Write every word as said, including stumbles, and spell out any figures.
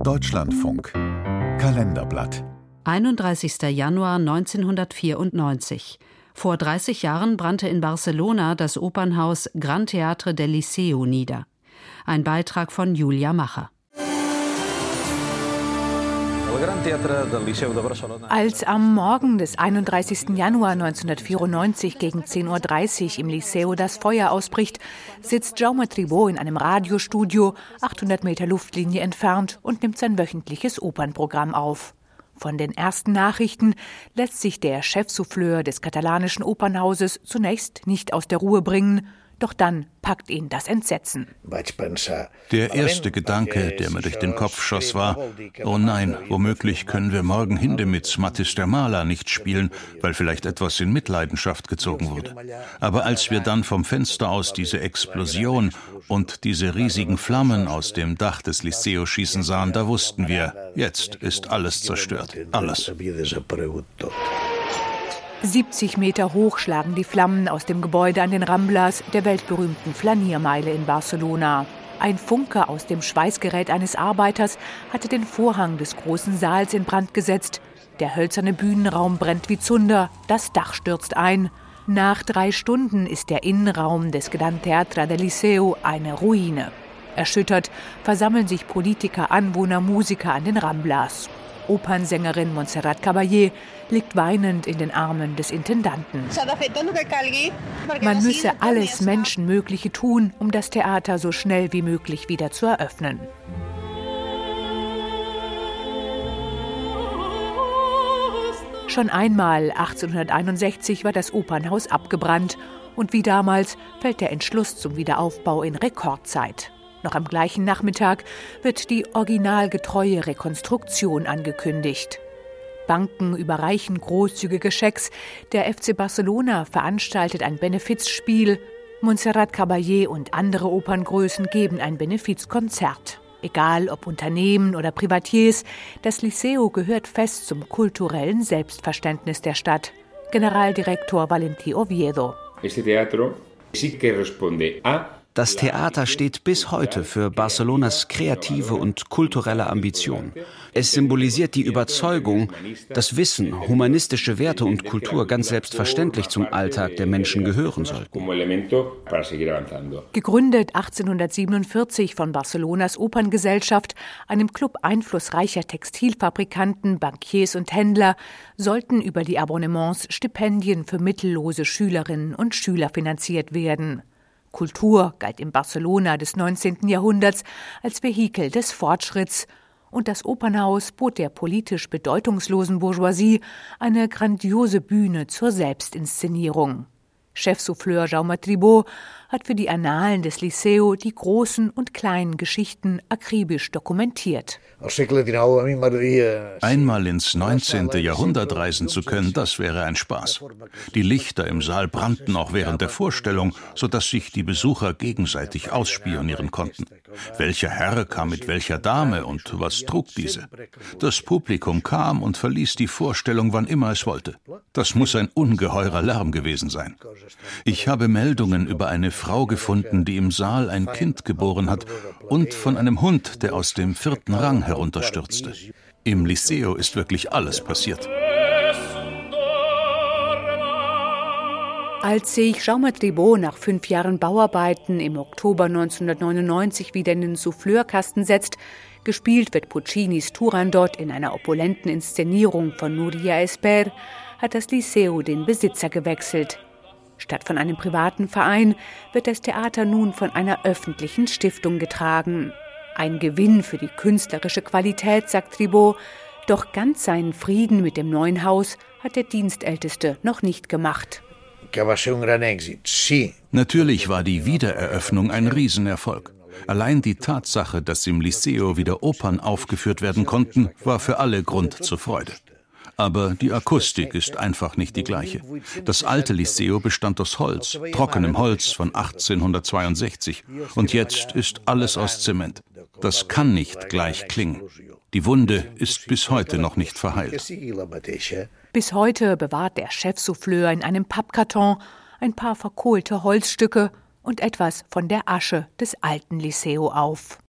Deutschlandfunk Kalenderblatt einunddreißigster Januar neunzehnhundertvierundneunzig. Vor dreißig Jahren brannte in Barcelona das Opernhaus Gran Teatre del Liceo nieder. Ein Beitrag von Julia Macher. Als am Morgen des einunddreißigsten Januar neunzehnhundertvierundneunzig gegen zehn Uhr dreißig im Liceo das Feuer ausbricht, sitzt Jaume Tribó in einem Radiostudio achthundert Meter Luftlinie entfernt und nimmt sein wöchentliches Opernprogramm auf. Von den ersten Nachrichten lässt sich der Chefsouffleur des katalanischen Opernhauses zunächst nicht aus der Ruhe bringen. Doch dann packt ihn das Entsetzen. Der erste Gedanke, der mir durch den Kopf schoss, war: Oh nein, womöglich können wir morgen Hindemiths Matthis der Maler nicht spielen, weil vielleicht etwas in Mitleidenschaft gezogen wurde. Aber als wir dann vom Fenster aus diese Explosion und diese riesigen Flammen aus dem Dach des Liceo schießen sahen, da wussten wir, jetzt ist alles zerstört. Alles. siebzig Meter hoch schlagen die Flammen aus dem Gebäude an den Ramblas, der weltberühmten Flaniermeile in Barcelona. Ein Funke aus dem Schweißgerät eines Arbeiters hatte den Vorhang des großen Saals in Brand gesetzt. Der hölzerne Bühnenraum brennt wie Zunder, das Dach stürzt ein. Nach drei Stunden ist der Innenraum des Gran Teatre del Liceo eine Ruine. Erschüttert versammeln sich Politiker, Anwohner, Musiker an den Ramblas. Opernsängerin Montserrat Caballé liegt weinend in den Armen des Intendanten. Man müsse alles Menschenmögliche tun, um das Theater so schnell wie möglich wieder zu eröffnen. Schon einmal achtzehnhunderteinundsechzig war das Opernhaus abgebrannt und wie damals fällt der Entschluss zum Wiederaufbau in Rekordzeit. Noch am gleichen Nachmittag wird die originalgetreue Rekonstruktion angekündigt. Banken überreichen großzügige Schecks, der F C Barcelona veranstaltet ein Benefizspiel, Montserrat Caballé und andere Operngrößen geben ein Benefizkonzert. Egal ob Unternehmen oder Privatiers, das Liceo gehört fest zum kulturellen Selbstverständnis der Stadt. Generaldirektor Valentí Oviedo. Este teatro sí que responde a Das Theater steht bis heute für Barcelonas kreative und kulturelle Ambition. Es symbolisiert die Überzeugung, dass Wissen, humanistische Werte und Kultur ganz selbstverständlich zum Alltag der Menschen gehören sollten. Gegründet achtzehnhundertsiebenundvierzig von Barcelonas Operngesellschaft, einem Club einflussreicher Textilfabrikanten, Bankiers und Händler, sollten über die Abonnements Stipendien für mittellose Schülerinnen und Schüler finanziert werden. Kultur galt in Barcelona des neunzehnten Jahrhunderts als Vehikel des Fortschritts und das Opernhaus bot der politisch bedeutungslosen Bourgeoisie eine grandiose Bühne zur Selbstinszenierung. Chefsouffleur Jaume Tribó hat für die Annalen des Liceo die großen und kleinen Geschichten akribisch dokumentiert. Einmal ins neunzehnte Jahrhundert reisen zu können, das wäre ein Spaß. Die Lichter im Saal brannten auch während der Vorstellung, sodass sich die Besucher gegenseitig ausspionieren konnten. Welcher Herr kam mit welcher Dame und was trug diese? Das Publikum kam und verließ die Vorstellung, wann immer es wollte. Das muss ein ungeheurer Lärm gewesen sein. Ich habe Meldungen über eine Frau gefunden, die im Saal ein Kind geboren hat und von einem Hund, der aus dem vierten Rang herunterstürzte. Im Liceo ist wirklich alles passiert. Als sich Jaume Tribó nach fünf Jahren Bauarbeiten im Oktober neunzehnhundertneunundneunzig wieder in den Souffleurkasten setzt, gespielt wird Puccinis Turandot in einer opulenten Inszenierung von Núria Esper, hat das Liceo den Besitzer gewechselt. Statt von einem privaten Verein wird das Theater nun von einer öffentlichen Stiftung getragen. Ein Gewinn für die künstlerische Qualität, sagt Tribó, doch ganz seinen Frieden mit dem neuen Haus hat der Dienstälteste noch nicht gemacht. Natürlich war die Wiedereröffnung ein Riesenerfolg. Allein die Tatsache, dass im Liceo wieder Opern aufgeführt werden konnten, war für alle Grund zur Freude. Aber die Akustik ist einfach nicht die gleiche. Das alte Liceo bestand aus Holz, trockenem Holz von achtzehnhundertzweiundsechzig. Und jetzt ist alles aus Zement. Das kann nicht gleich klingen. Die Wunde ist bis heute noch nicht verheilt. Bis heute bewahrt der Chefsouffleur in einem Pappkarton ein paar verkohlte Holzstücke und etwas von der Asche des alten Liceo auf.